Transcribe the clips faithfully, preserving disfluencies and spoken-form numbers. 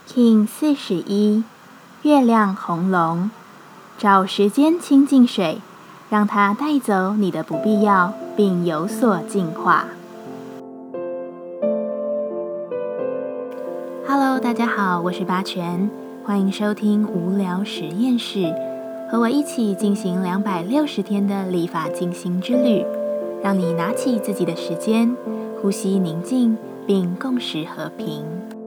King 四十一，月亮红龙，找时间清净水，让它带走你的不必要，并有所净化。Hello， 大家好，我是八全，欢迎收听无聊实验室，和我一起进行两百六十天的立法进行之旅，让你拿起自己的时间，呼吸宁静，并共识和平。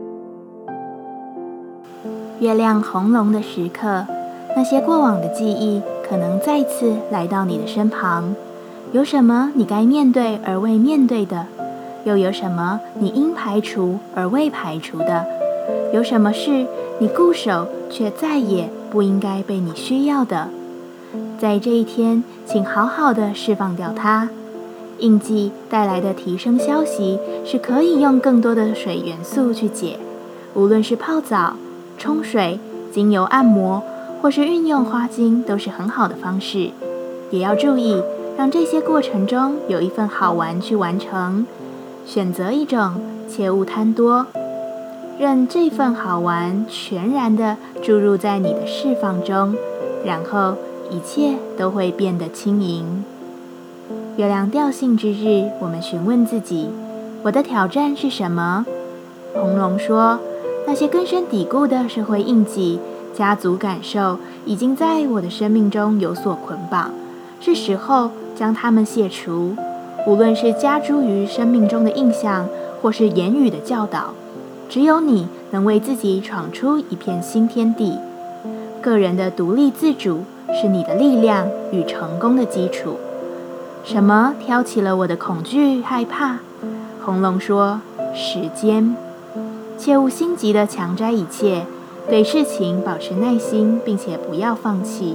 月亮红龙的时刻，那些过往的记忆可能再次来到你的身旁。有什么你该面对而未面对的？又有什么你应排除而未排除的？有什么事你固守却再也不应该被你需要的？在这一天，请好好的释放掉它。印记带来的提升消息是可以用更多的水元素去解，无论是泡澡、冲水、精油按摩，或是运用花精，都是很好的方式。也要注意，让这些过程中有一份好玩去完成。选择一种，切勿贪多，任这份好玩全然的注入在你的释放中，然后一切都会变得轻盈。月亮调性之日，我们询问自己：我的挑战是什么？红龙说，那些根深蒂固的社会印记、家族感受，已经在我的生命中有所捆绑，是时候将它们卸除。无论是加诸于生命中的印象，或是言语的教导，只有你能为自己闯出一片新天地。个人的独立自主是你的力量与成功的基础。什么挑起了我的恐惧害怕？红龙说，时间。切勿心急地强摘一切，对事情保持耐心，并且不要放弃。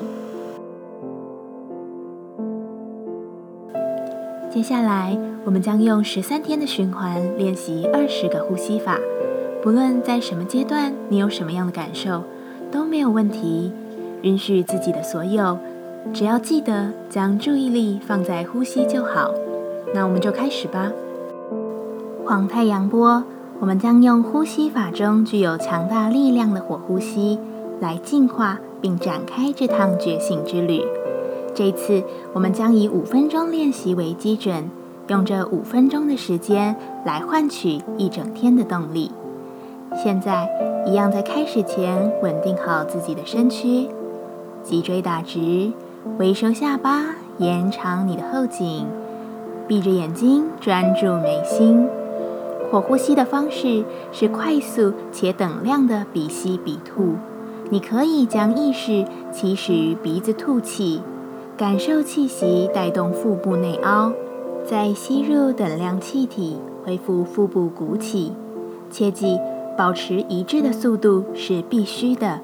接下来，我们将用十三天的循环练习二十个呼吸法。不论在什么阶段，你有什么样的感受，都没有问题。允许自己的所有，只要记得将注意力放在呼吸就好。那我们就开始吧。黄太阳波，我们将用呼吸法中具有强大力量的火呼吸，来净化并展开这趟觉醒之旅。这次我们将以五分钟练习为基准，用这五分钟的时间来换取一整天的动力。现在，一样在开始前稳定好自己的身躯，脊椎打直，微收下巴，延长你的后颈，闭着眼睛专注眉心。火呼吸的方式是快速且等量的鼻吸鼻吐，你可以将意识起始于鼻子吐气，感受气息带动腹部内凹，再吸入等量气体，恢复腹部鼓起。切记，保持一致的速度是必须的。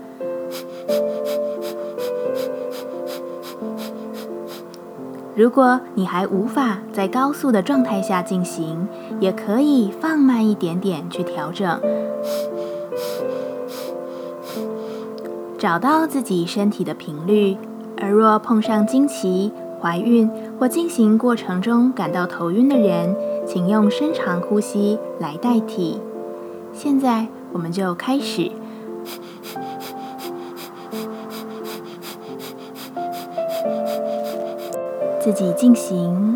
如果你还无法在高速的状态下进行，也可以放慢一点点去调整，找到自己身体的频率。而若碰上经期、怀孕或进行过程中感到头晕的人，请用深长呼吸来代替。现在我们就开始。自己进行。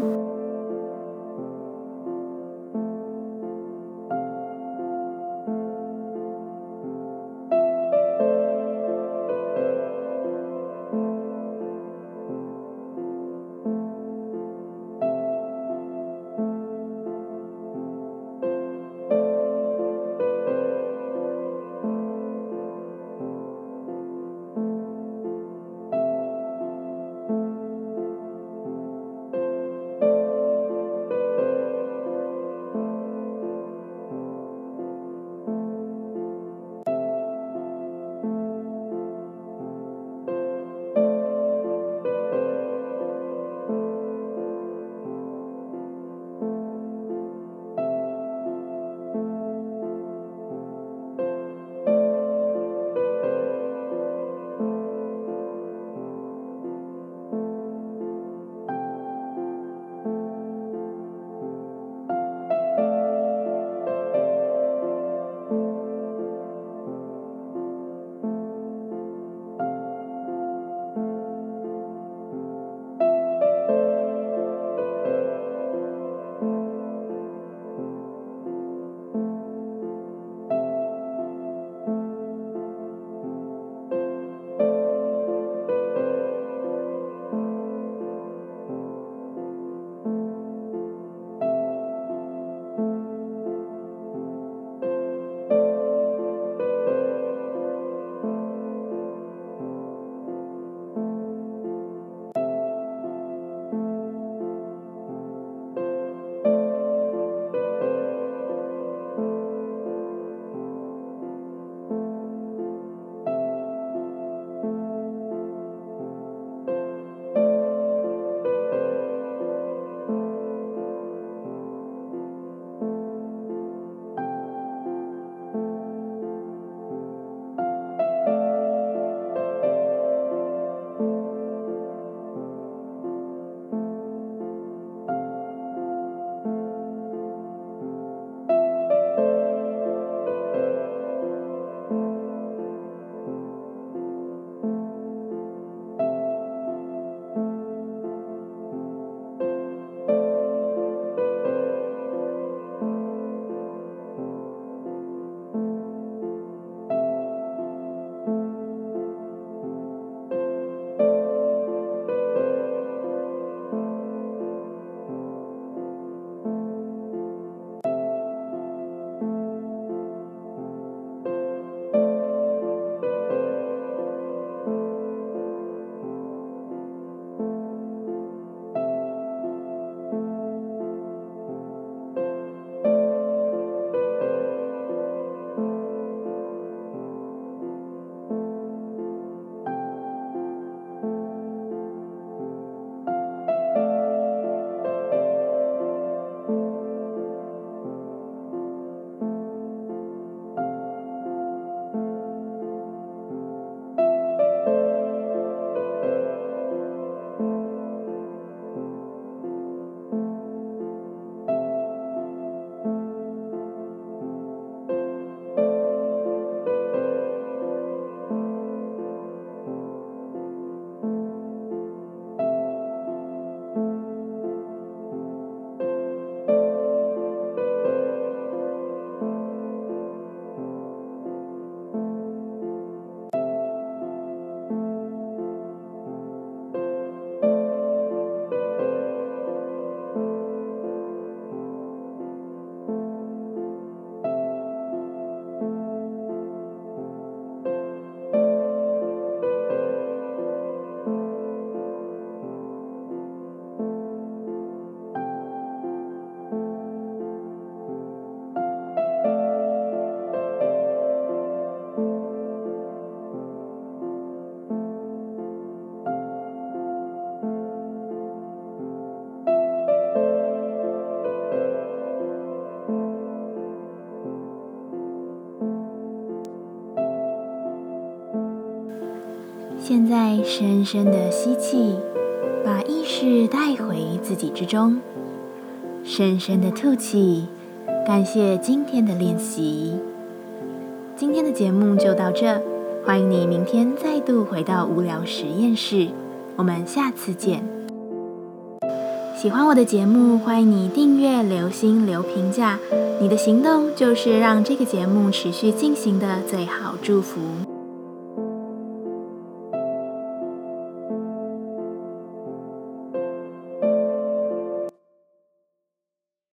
现在深深的吸气，把意识带回自己之中，深深的吐气，感谢今天的练习。今天的节目就到这，欢迎你明天再度回到无聊实验室，我们下次见。喜欢我的节目，欢迎你订阅、留心、留评价，你的行动就是让这个节目持续进行的最好祝福。